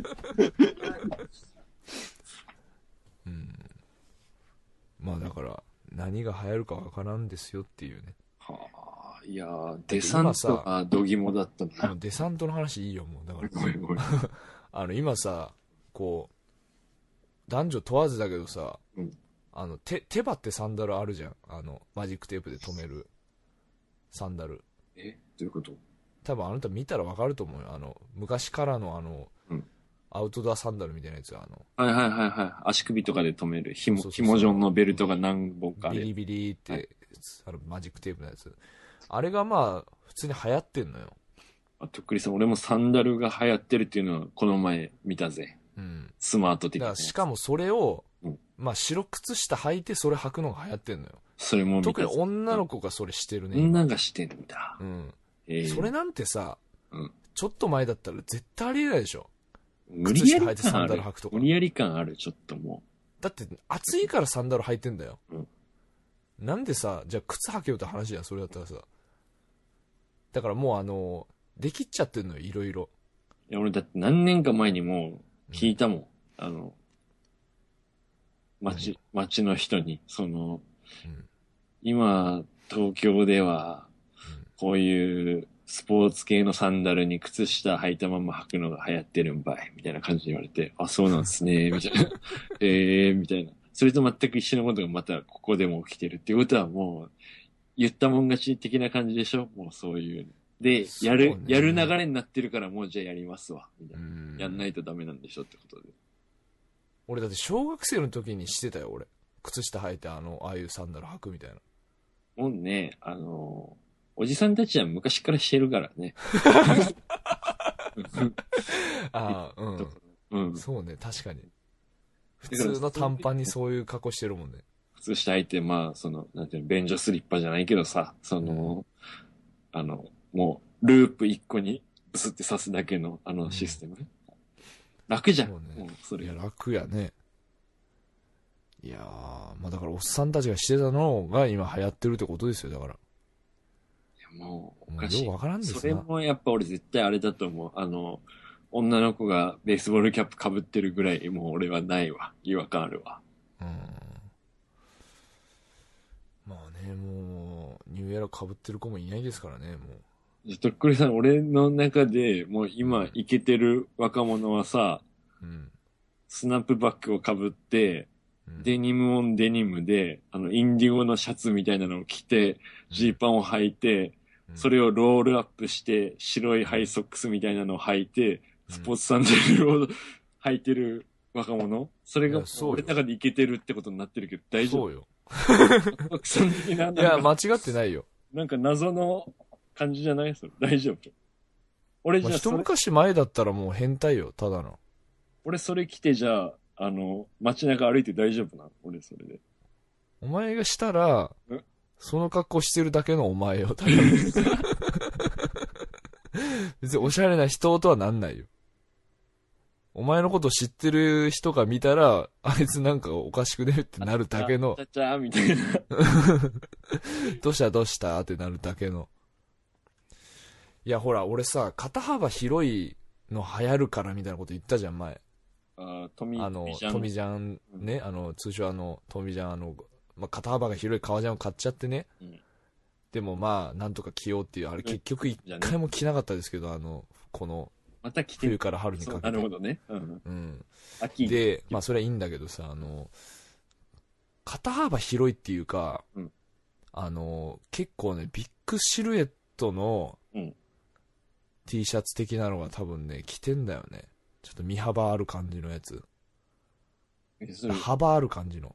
うん。まあだから、何が流行るかわからんですよっていうね。 はあ、いやー、デサントがドギモだったんだ。 デサントの話いいよ、もう。だから。ごめんごめん。あの、今さ、こう、男女問わずだけどさ、うん、あの、手、手羽ってサンダルあるじゃん。あの、マジックテープで留めるサンダル。 え？どういうこと？ 多分あなた見たらわかると思うよ。あの、昔からのあの、うん、アウトドアサンダルみたいなやつ、あの。 はいはいはいはい。足首とかで留める。紐、紐状のベルトが何本かで。 ビリビリって、はい、あの、マジックテープのやつ。あれがまあ、普通に流行ってんのよ。 あ、とっくりさん、俺もサンダルが流行ってるっていうのは、この前見たぜ。うん。スマート的な。 しかもそれを、うん、まあ、白靴下履いてそれ履くのが流行ってんのよ。 それも見た。 特に女の子がそれしてるね。 女がしてんだ。うん。 えー、それなんてさ、うん、ちょっと前だったら絶対ありえないでしょ。 無理やり感ある。無理やり感ある、ちょっともう。だって、暑いからサンダル履いてんだよ。うん。なんでさ、じゃあ靴履けよって話じゃん、それだったらさ。だからもうあの、できっちゃってんのよ、いろいろ。 いや、俺だって何年か前にもう聞いたもん。うん、あの、街、街の人に、その、うん、今、東京では、こういうスポーツ系のサンダルに靴下履いたまま履くのが流行ってるんばい、みたいな感じで言われて、あ、そうなんですね、みたいな。ええー、みたいな。それと全く一緒のことがまたここでも起きてるっていうことはもう、言ったもん勝ち的な感じでしょ？もうそういう。で、やる、ね、やる流れになってるからもうじゃあやりますわ。みたいな。やんないとダメなんでしょってことで。 俺だって小学生の時にしてたよ、俺。靴下履いてあの、ああいうサンダル履くみたいな。 もうね、あのー、おじさんたちは昔からしてるからね。 ああ、うん。うん。そうね、確かに。普通の短パンにそういう格好してるもんね。 靴下履いて、まあ、その、なんていうの、便所スリッパじゃないけどさ、その、うん、あの、もう、ループ一個にブスって刺すだけの、あのシステム。うん、楽じゃん。そうね。もうそれ。 いや、楽やね。いやー、まあだからおっさんたちがしてたのが今流行ってるってことですよ、だから。 もう、おかしい。 ようわからんですな。 それもやっぱ俺絶対あれだと思う。あの、女の子がベースボールキャップ被ってるぐらい、もう俺はないわ。違和感あるわ。 うん。まあね、もう、ニューエラ被ってる子もいないですからね、もう。とっくりさん、俺の中でもう今イケてる若者はさ、うん、スナップバッグを被って、うん、デニムオンデニムで、あの、インディゴのシャツみたいなのを着て、ジーパンを履いて、うん、それをロールアップして、白いハイソックスみたいなのを履いて、スポーツサンダルを履いてる若者、それが俺の中でイケてるってことになってるけど大丈夫？そうよ。 いや、間違ってないよ。 なんか謎の感じじゃない？それ大丈夫？俺じゃあ、 まあ、一昔前だったらもう変態よ、ただの。 俺それ着てじゃあ、あの、街中歩いて大丈夫なの？俺それで。 お前がしたら、その格好してるだけのお前よ、多分。別におしゃれな人とはなんないよ。お前のこと知ってる人が見たら、あいつなんかおかしくねってなるだけの。 ちゃちゃみたいな。 どうしたどうしたってなるだけの。いやほら、俺さ、肩幅広いの流行るからみたいなこと言ったじゃん、前。 ああ、トミあの、トミジャンね、うん、あの、通称あの、トミジャン、あの、まあ、肩幅が広い革ジャンを買っちゃってね。うん、でもまあ、なんとか着ようっていう、あれ結局一回も着なかったですけど、あの、この、 また着て冬から春にかけて。 なるほどね。うん。うん、秋で、まあそれはいいんだけどさ、あの、肩幅広いっていうか、うん、あの、結構ね、ビッグシルエットの T シャツ的なのが多分ね、着てんだよね。ちょっと身幅ある感じのやつ。幅ある感じの。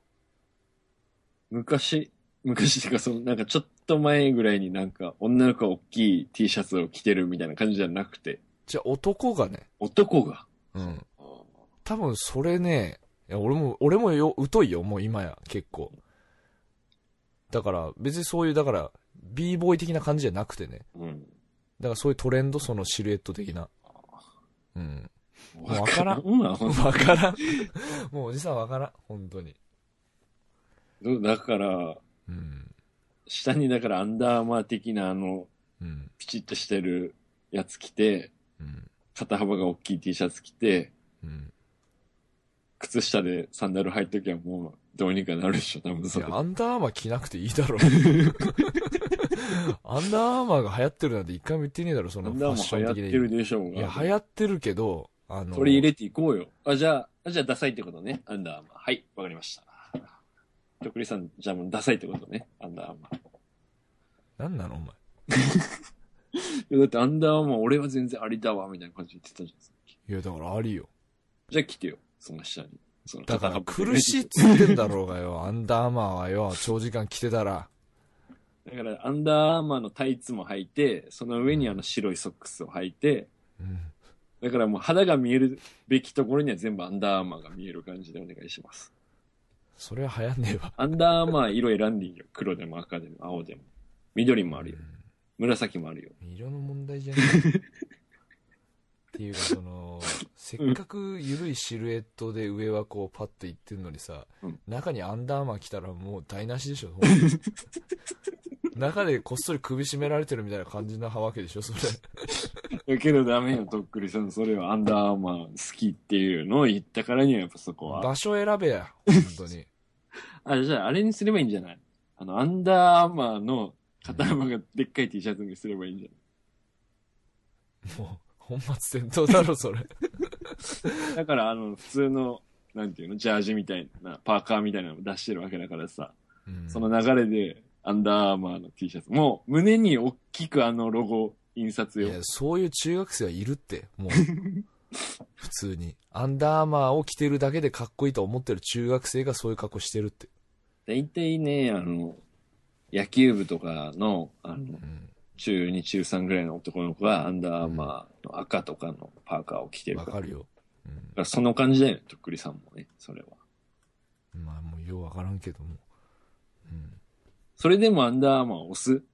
昔、昔っていうかそのなんかちょっと前ぐらいになんか女の子が大きい T シャツを着てるみたいな感じじゃなくて。 じゃあ男がね。 男がうん。多分それね、いや俺も、俺もよ、疎いよ、もう今や、結構。だから別にそういう、だから、b ボーイ的な感じじゃなくてね。うん。だからそういうトレンド、そのシルエット的な。うん。もうわからん。わからん。もうおじさんわからん、本当に。 だから、うん、下にだからアンダーアーマー的なあの、うん、ピチッとしてるやつ着て、うん、肩幅が大きい T シャツ着て、うん、靴下でサンダル履いときはもうどうにかなるでしょ、多分それ。 いや、アンダーアーマー着なくていいだろう。アンダーアーマーが流行ってるなんて一回も言ってねえだろ、そのファッション的に。 流行ってるでしょうが。いや、流行ってるけど、あの。 取り入れていこうよ。あ、じゃあ、じゃあダサいってことね、アンダーアーマー。はい、わかりました。とくりさん、じゃあもうダサいってことね、アンダーアーマー。 なんなのお前。 いやだってアンダーアーマー俺は全然ありだわ、みたいな感じで言ってたじゃん。 いや、だからありよ。 じゃあ来てよ、その下に。そのだから苦しいっつってんだろうがよ、アンダーアーマーはよ、長時間着てたら。 だからアンダーアーマーのタイツも履いて、その上にあの白いソックスを履いて、うん、だからもう肌が見えるべきところには全部アンダーアーマーが見える感じでお願いします。 それは流行んねえわ。 アンダーアーマー色選んでいいよ。黒でも赤でも青でも。緑もあるよ。うん、紫もあるよ。 色の問題じゃない。っていうかその、せっかく緩いシルエットで上はこうパッといってんのにさ、うん、中にアンダーアーマー着たらもう台無しでしょ。中でこっそり首絞められてるみたいな感じなわけでしょ、それ。 だけどダメよ、とっくりさん。それはアンダーアーマー好きっていうのを言ったからにはやっぱそこは。 場所選べや、本当に。 あ、じゃああれにすればいいんじゃない？あの、アンダーアーマーの肩幅がでっかい T シャツにすればいいんじゃない？もう、本末転倒だろ、それ。 だから、あの、普通の、なんていうの、ジャージみたいな、パーカーみたいなのを出してるわけだからさ、うん、その流れで、アンダーアーマーの T シャツ。もう、胸に大きくあのロゴ、印刷よ。 いや、そういう中学生はいるって、もう。普通に。アンダーアーマーを着てるだけでかっこいいと思ってる中学生がそういう格好してるって。 大体ね、あの、野球部とかの、あの、うん、中に、中さんぐらいの男の子がアンダーアーマーの赤とかのパーカーを着てるから。 わかるよ。 うん、だからその感じだよね、とっくりさんもね、それは。 まあもうようわからんけども。うん。 それでもアンダーアーマー押す？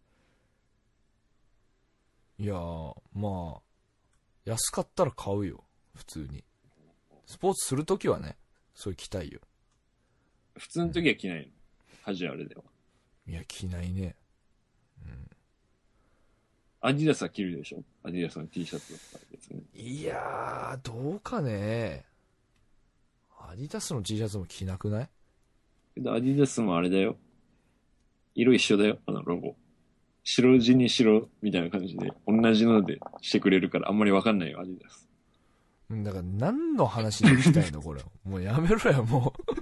いやー、まあ、安かったら買うよ、普通に。スポーツするときはね、そういう着たいよ。 普通の時は着ないの？カジュアルでは。 いや、着ないね。 アディダスは着るでしょ？アディダスの T シャツだったやつね。 いやー、どうかね。アディダスの T シャツも着なくない？ けどアディダスもあれだよ。色一緒だよ、あのロゴ。白地に白みたいな感じで、同じのでしてくれるからあんまりわかんないよ、アディダス。 だから何の話に聞きたいのこれ。もうやめろよ、もう。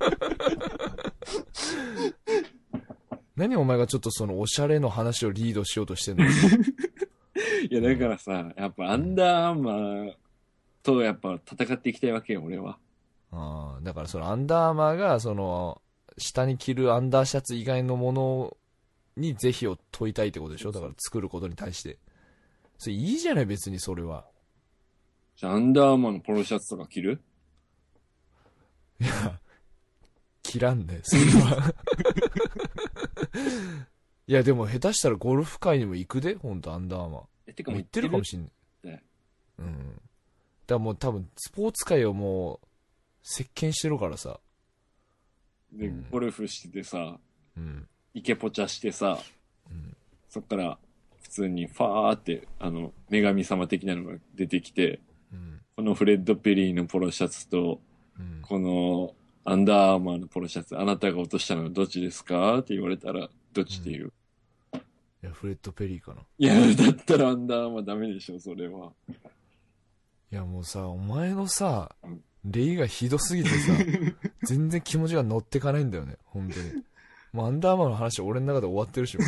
何お前がちょっとそのおしゃれの話をリードしようとしてんの？いや、だからさ、やっぱアンダーアーマーとやっぱ戦っていきたいわけよ、俺は。 ああ、だからそのアンダーアーマーがその下に着るアンダーシャツ以外のものに是非を問いたいってことでしょ？だから作ることに対して。それいいじゃない別にそれは。 じゃあアンダーアーマーのポロシャツとか着る？ いや、着らんね、それは。いやでも下手したらゴルフ界にも行くで、ほんとアンダーアーマー。 え、てかもう行ってるかもしんない。ね、うん。だからもう多分スポーツ界をもう席巻してるからさ。 で、うん、ゴルフしててさ、 うん、 イケポチャしてさ、 うん、 そっから普通にファーってあの女神様的なのが出てきて、うん、このフレッド・ペリーのポロシャツと、うん、このアンダーアーマーのポロシャツ、あなたが落としたのはどっちですかって言われたらどっちって言う？ うん、いやフレッド・ペリーかな。 いやだったらアンダーアーマーダメでしょそれは。 いやもうさ、お前のさ、うん、例がひどすぎてさ全然気持ちが乗ってかないんだよね本当に。もうアンダーアーマーの話俺の中で終わってるし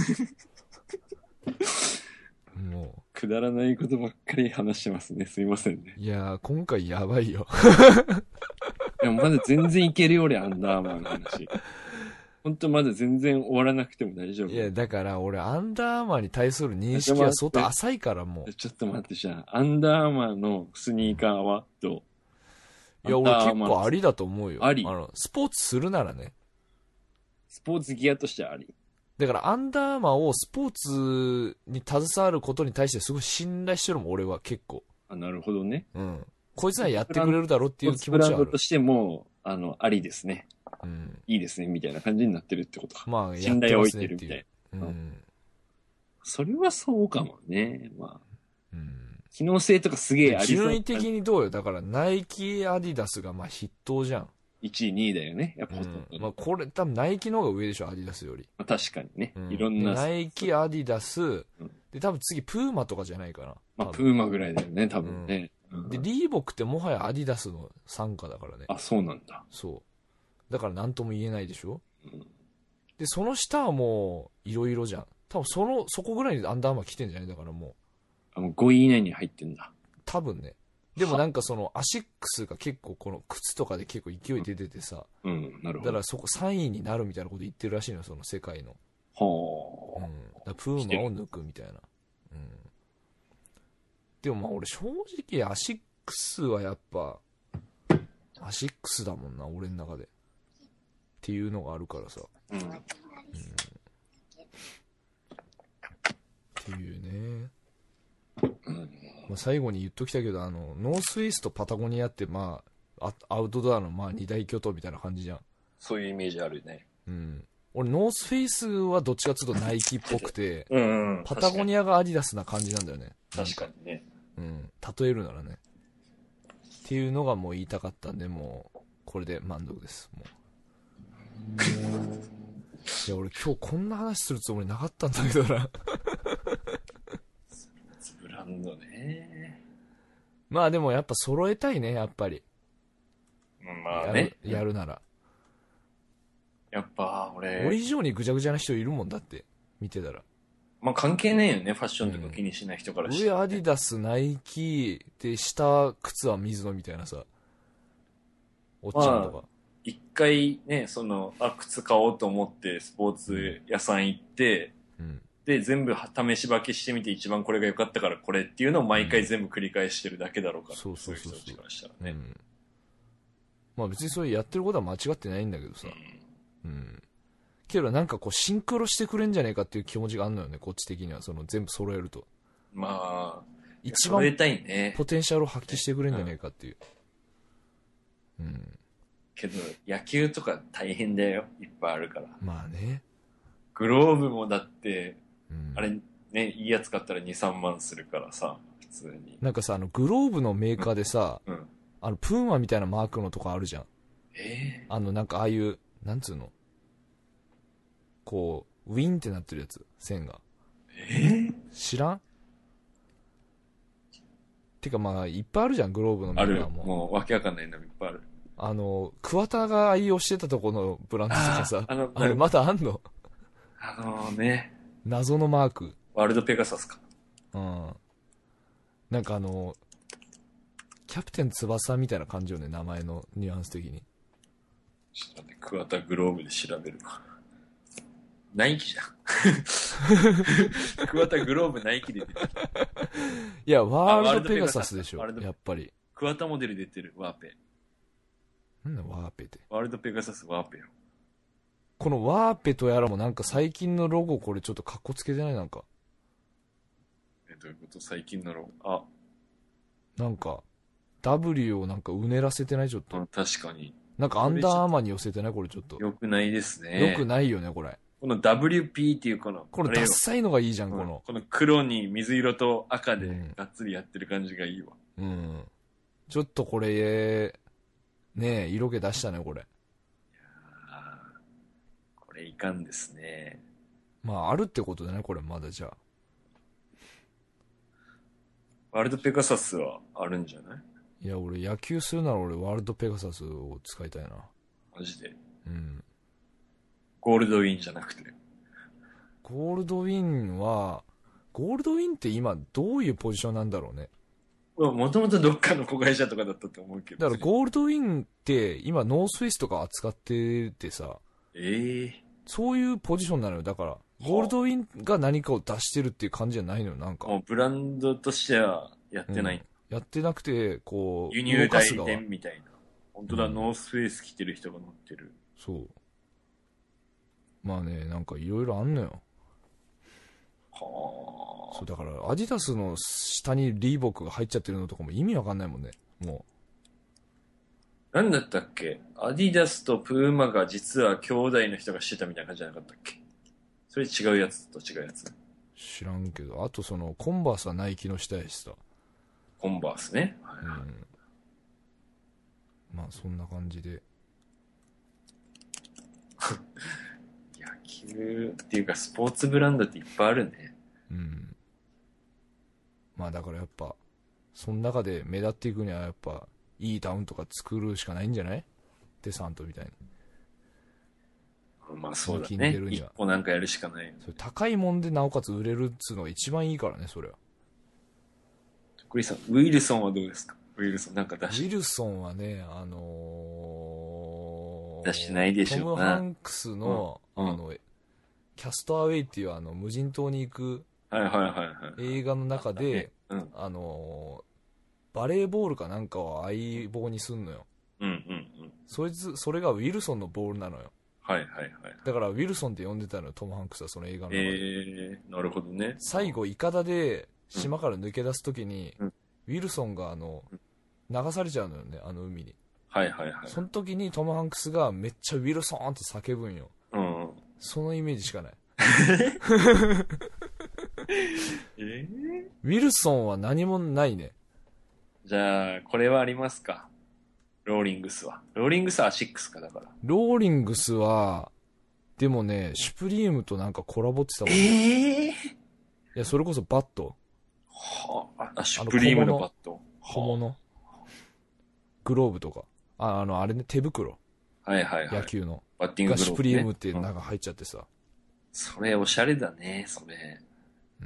もうくだらないことばっかり話してますね。すいませんね。 いやー今回やばいよいやまだ全然いけるよ俺アンダーアーマーの話。本当まだ全然終わらなくても大丈夫。 いやだから俺アンダーアーマーに対する認識は相当浅いからもう。 ちょっと待ってじゃあアンダーアーマーのスニーカーはどう？ いや俺結構ありだと思うよ。 あり？ あのスポーツするならね。 スポーツギアとしてはあり。 だからアンダーアーマーをスポーツに携わることに対してすごい信頼してるもん俺は結構。 あ、なるほどね。 うん。こいつはやってくれるだろうっていう気持ちはある。スポーツブランドとしてもあのありですね。うん。いいですねみたいな感じになってるってことか。 まあ信頼を置いてるみたいな。うん。 それはそうかもね。まあ。うん。機能性とかすげえありそう。 順位的にどうよ。だからナイキ、アディダスがまあ筆頭じゃん。 いちい、にいだよね。やっぱ、うん、 まあこれ多分ナイキの方が上でしょ、アディダスより。 まあ、確かにね。 うん、 いろんな。 ナイキ、アディダス、うん、で多分次プーマとかじゃないかな。 まあプーマぐらいだよね、多分ね。 うん、で、リーボックってもはやアディダスの傘下だからね。 あ、そうなんだ。 そう。だから何とも言えないでしょ。うん、で、その下はもういろいろじゃん。多分その、そこぐらいにアンダーアーマー来てんじゃないだからもう。 あ、もうごい以内に入ってんだ。 多分ね。でもなんかそのアシックスが結構この靴とかで結構勢い出ててさ、 うん、うん、なるほど。 だからそこさんいになるみたいなこと言ってるらしいのよ、その世界の。 はあ。うん。だプーマを抜くみたいな。うん。でもまあ俺正直アシックスはやっぱ、アシックスだもんな、俺の中で。っていうのがあるからさ。うん。うん、っていうね。うんまあ、最後に言っときたけど、あの、ノースフェイスとパタゴニアって、まあ、アウトドアのまあ二大巨頭みたいな感じじゃん。 そういうイメージあるね。 うん。俺、ノースフェイスはどっちかっていうとナイキっぽくて、 うん、うん、 パタゴニアがアディダスな感じなんだよね。 確かにね。 うん。例えるならね。っていうのがもう言いたかったんで、もう、これで満足です。もう。いや、俺今日こんな話するつもりなかったんだけどな。 ブランドね。 まあでもやっぱ揃えたいね、やっぱり。 まあね。 やる、やるなら。 やっぱ俺。 俺以上にぐちゃぐちゃな人いるもんだって、見てたら。 まあ関係ねえよね、ファッションとか気にしない人からして、 うん、上アディダス、ナイキ、で、下靴は水野みたいなさ。おっちゃんとか。まあ一回ね、その、あ、靴買おうと思ってスポーツ屋さん行って、うん、で、全部試し履きしてみて一番これが良かったからこれっていうのを毎回全部繰り返してるだけだろうから、うん、そうそうそうそう。そういう人たちからしたらね。うん、 まあ別にそれやってることは間違ってないんだけどさ。うん。うん、けどなんかこうシンクロしてくれんじゃねえかっていう気持ちがあるのよね、こっち的には。その全部揃えると。 まあ、 一番ポテンシャルを発揮してくれんじゃねえかっていう。うん。うんけど野球とか大変だよ、いっぱいあるから。 まあね。 グローブもだって、うん、あれね、いいやつ買ったらに、さんまんするからさ、普通に。 なんかさ、あの、グローブのメーカーでさ、 うん。 あの、プーマみたいなマークのとこあるじゃん。 えあの、なんかああいう、なんつうのこう、ウィンってなってるやつ、線が。 えー、 知らんてかまあ、いっぱいあるじゃん、グローブのメある。 ーカーも。 もう、わけわかんないのいっぱいある。 あの、桑田が愛用してたとこのブランドとかさ、 あ、あの、 あれまだあんの？ あのね、 謎のマーク。 ワールドペガサスか。 うん。なんかあの、キャプテン翼みたいな感じよね、名前のニュアンス的に。 ちょっと待って、桑田グローブで調べるわ。ナイキじゃん。桑田グローブナイキで出てる。 いや、ワールドペガサスでしょ、やっぱり。 桑田モデル出てる、ワーペ。 なんだワーペって。 ワールドペガサスワーペよ。 このワーペとやらもなんか最近のロゴこれちょっとカッコつけてない？なんか。 え、どういうこと？最近のロゴ。あ。 なんか、W をなんかうねらせてない？ちょっと。 うん、確かに。 なんかアンダーアーマーに寄せてない？これちょっと。 よくないですね。 よくないよね、これ。 この ダブリューピー っていうこの。 これダッサいのがいいじゃん、 うん、 この。 この黒に水色と赤でがっつりやってる感じがいいわ。 うん。うん、ちょっとこれ、ねえ、色気出したね、これ。いやこれいかんですね。 まあ、あるってことだね、これまだじゃあ。 ワールドペガサスはあるんじゃない？ いや、俺野球するなら俺ワールドペガサスを使いたいな。 マジで？ うん。 ゴールドウィンじゃなくて。 ゴールドウィンは、ゴールドウィンって今どういうポジションなんだろうね。 もともとどっかの子会社とかだったと思うけど。 だからゴールドウィンって今ノースフェイスとか扱っててさ、 ええー、 そういうポジションなのよ。だから、ゴールドウィンが何かを出してるっていう感じじゃないのよ、なんか。 もうブランドとしてはやってない。 うん、やってなくて、こう、 輸入代理店みたいな。本当だ、うん、ノースフェイス着てる人が乗ってる。 そう。まあね、なんかいろいろあんのよ。 はあ。 そう、だから、アディダスの下にリーボックが入っちゃってるのとかも意味わかんないもんね、もう。なんだったっけ？アディダスとプーマが実は兄弟の人がしてたみたいな感じじゃなかったっけ？それ違うやつと違うやつ。 知らんけど、あとその、コンバースはナイキの下やしさ。 コンバースね。はい、 うん。まあ、そんな感じで。 野球っていうかスポーツブランドっていっぱいあるね。 うん。まあだからやっぱ、その中で目立っていくにはやっぱ、いいダウンとか作るしかないんじゃない？デサントみたいに。 まあそうだね。一個なんかやるしかない。 それ高いもんでなおかつ売れるっつうのが一番いいからね、それは。 クリスさん、ウィルソンはどうですか？ウィルソンなんか出して。 ウィルソンはね、あのー、 出してないでしょうな。 トム・ハンクスの、うん、あの、キャストアウェイっていうあの、無人島に行く映画の中で、 うん、 あのー、バレーボールかなんかを相棒にすんのよ。 うんうんうん。 そいつ、それがウィルソンのボールなのよ。 はいはいはい。 だからウィルソンって呼んでたのよ、トム・ハンクスはその映画の中で。 えー、なるほどね。 最後、イカダで島から抜け出すときに、 うん、 ウィルソンがあの、流されちゃうのよね、あの海に。 はいはいはい。 その時にトム・ハンクスがめっちゃウィルソンって叫ぶんよ。 うん。 そのイメージしかない。 えー、 ウィルソンは何もないね。 じゃあ、これはありますか？ローリングスは。ローリングスはアシックスかだから。 ローリングスは、でもね、シュプリームとなんかコラボってたもんね。 ええー、いや、それこそバット。 はあ、あ、シュプリームのバット。 小物。グローブとか。あ、あの、あれね、手袋。 はいはいはい。 野球の。 バッティンググローブ、ね。 がシュプリームっていう中入っちゃってさ。うん、 それおしゃれだね、それ。 うん。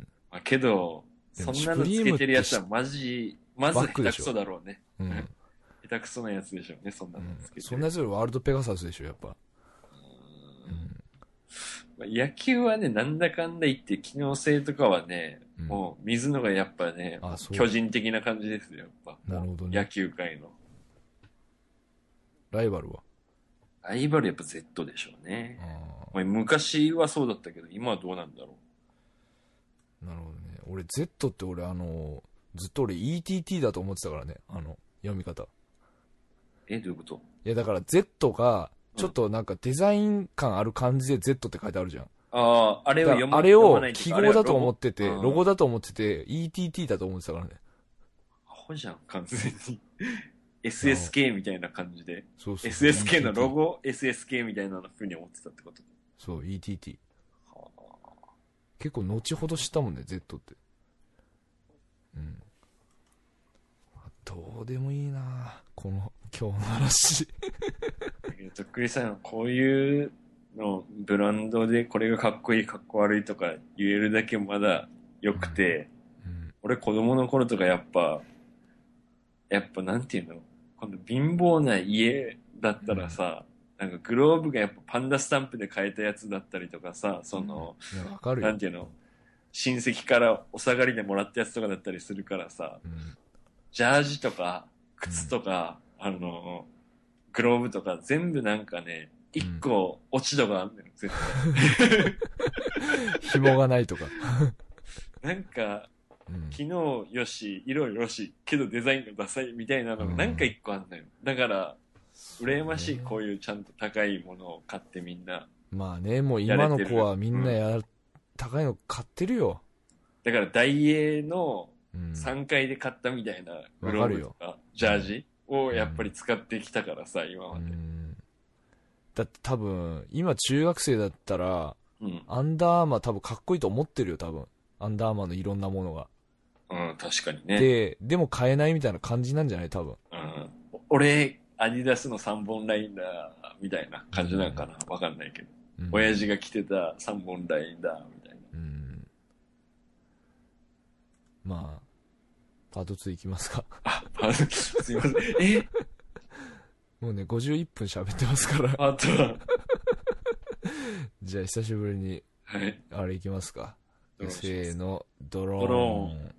まあ、けど、そんなのつけてるやつはマジ、まず下手くそだろうね。うん。下手くそなやつでしょうね、そんなのつけてる、うん。 そんなやつよりワールドペガサスでしょ、やっぱ。 うん。まあ、野球はね、なんだかんだ言って機能性とかはね、うん、もう水野がやっぱね、巨人的な感じですよ、やっぱ。 なるほどね。 野球界の。 ライバルはライバルやっぱ Z でしょうね。まあ、昔はそうだったけど、今はどうなんだろう。なるほどね。俺 Z って俺あの、ずっと俺 イーティーティー だと思ってたからね、あの、読み方。 え、どういうこと？ いやだから Z が、ちょっとなんかデザイン感ある感じで Z って書いてあるじゃん。 ああ、あれを読まあれを記号だと思ってて、ロゴだと思ってて、イーティーティー だと思ってたからね。 アホじゃん、完全に。エスエスケー みたいな感じで。そうそう。エスエスケー のロゴ エスエスケー みたいなのふうに思ってたってこと。 そう、イーティーティー。はあ、結構後ほど知ったもんね、Z って。うん。どうでもいいなこの、今日の話。 とっくりさん、こういうのブランドでこれがかっこいいかっこ悪いとか言えるだけまだ良くて、うんうん、俺子供の頃とかやっぱやっぱなんていうの、この貧乏な家だったらさ、うん、なんかグローブがやっぱパンダスタンプで買えたやつだったりとかさ、その、 うん、わかるよ。 なんていうの、親戚からお下がりでもらったやつとかだったりするからさ、うん、ジャージとか靴とか、うん、あのグローブとか全部なんかね、一個落ち度があんのよ、絶対。 紐がないとか。 なんか、うん、機能よし、色よし、けどデザインがダサいみたいなのがなんか一個あんのよ。だから、羨ましい、こういうちゃんと高いものを買ってみんな。 まあね、もう今の子はみんなや、うん、高いの買ってるよ。 だからダイエーのさんかいで買ったみたいなグローブとか、ジャージをやっぱり使ってきたからさ、今まで。うんだって多分、今中学生だったら、うん、アンダーアーマー多分かっこいいと思ってるよ、多分。アンダーアーマーのいろんなものが。 うん、確かにね。 で、でも買えないみたいな感じなんじゃない多分。 うん。俺、アディダスのさんぼんラインだ、みたいな感じなんかな、わ、うん、かんないけど。うん、親父が着てたさんぼんラインだ、みたいな。うん。 まあ、パートツーいきますか。 あ、パートツー、すいません。えもうね、ごじゅういっぷん喋ってますから。 あとは。 じゃあ、久しぶりに、 はい。 あれいきますか。せーの、ドローン。 ドローン。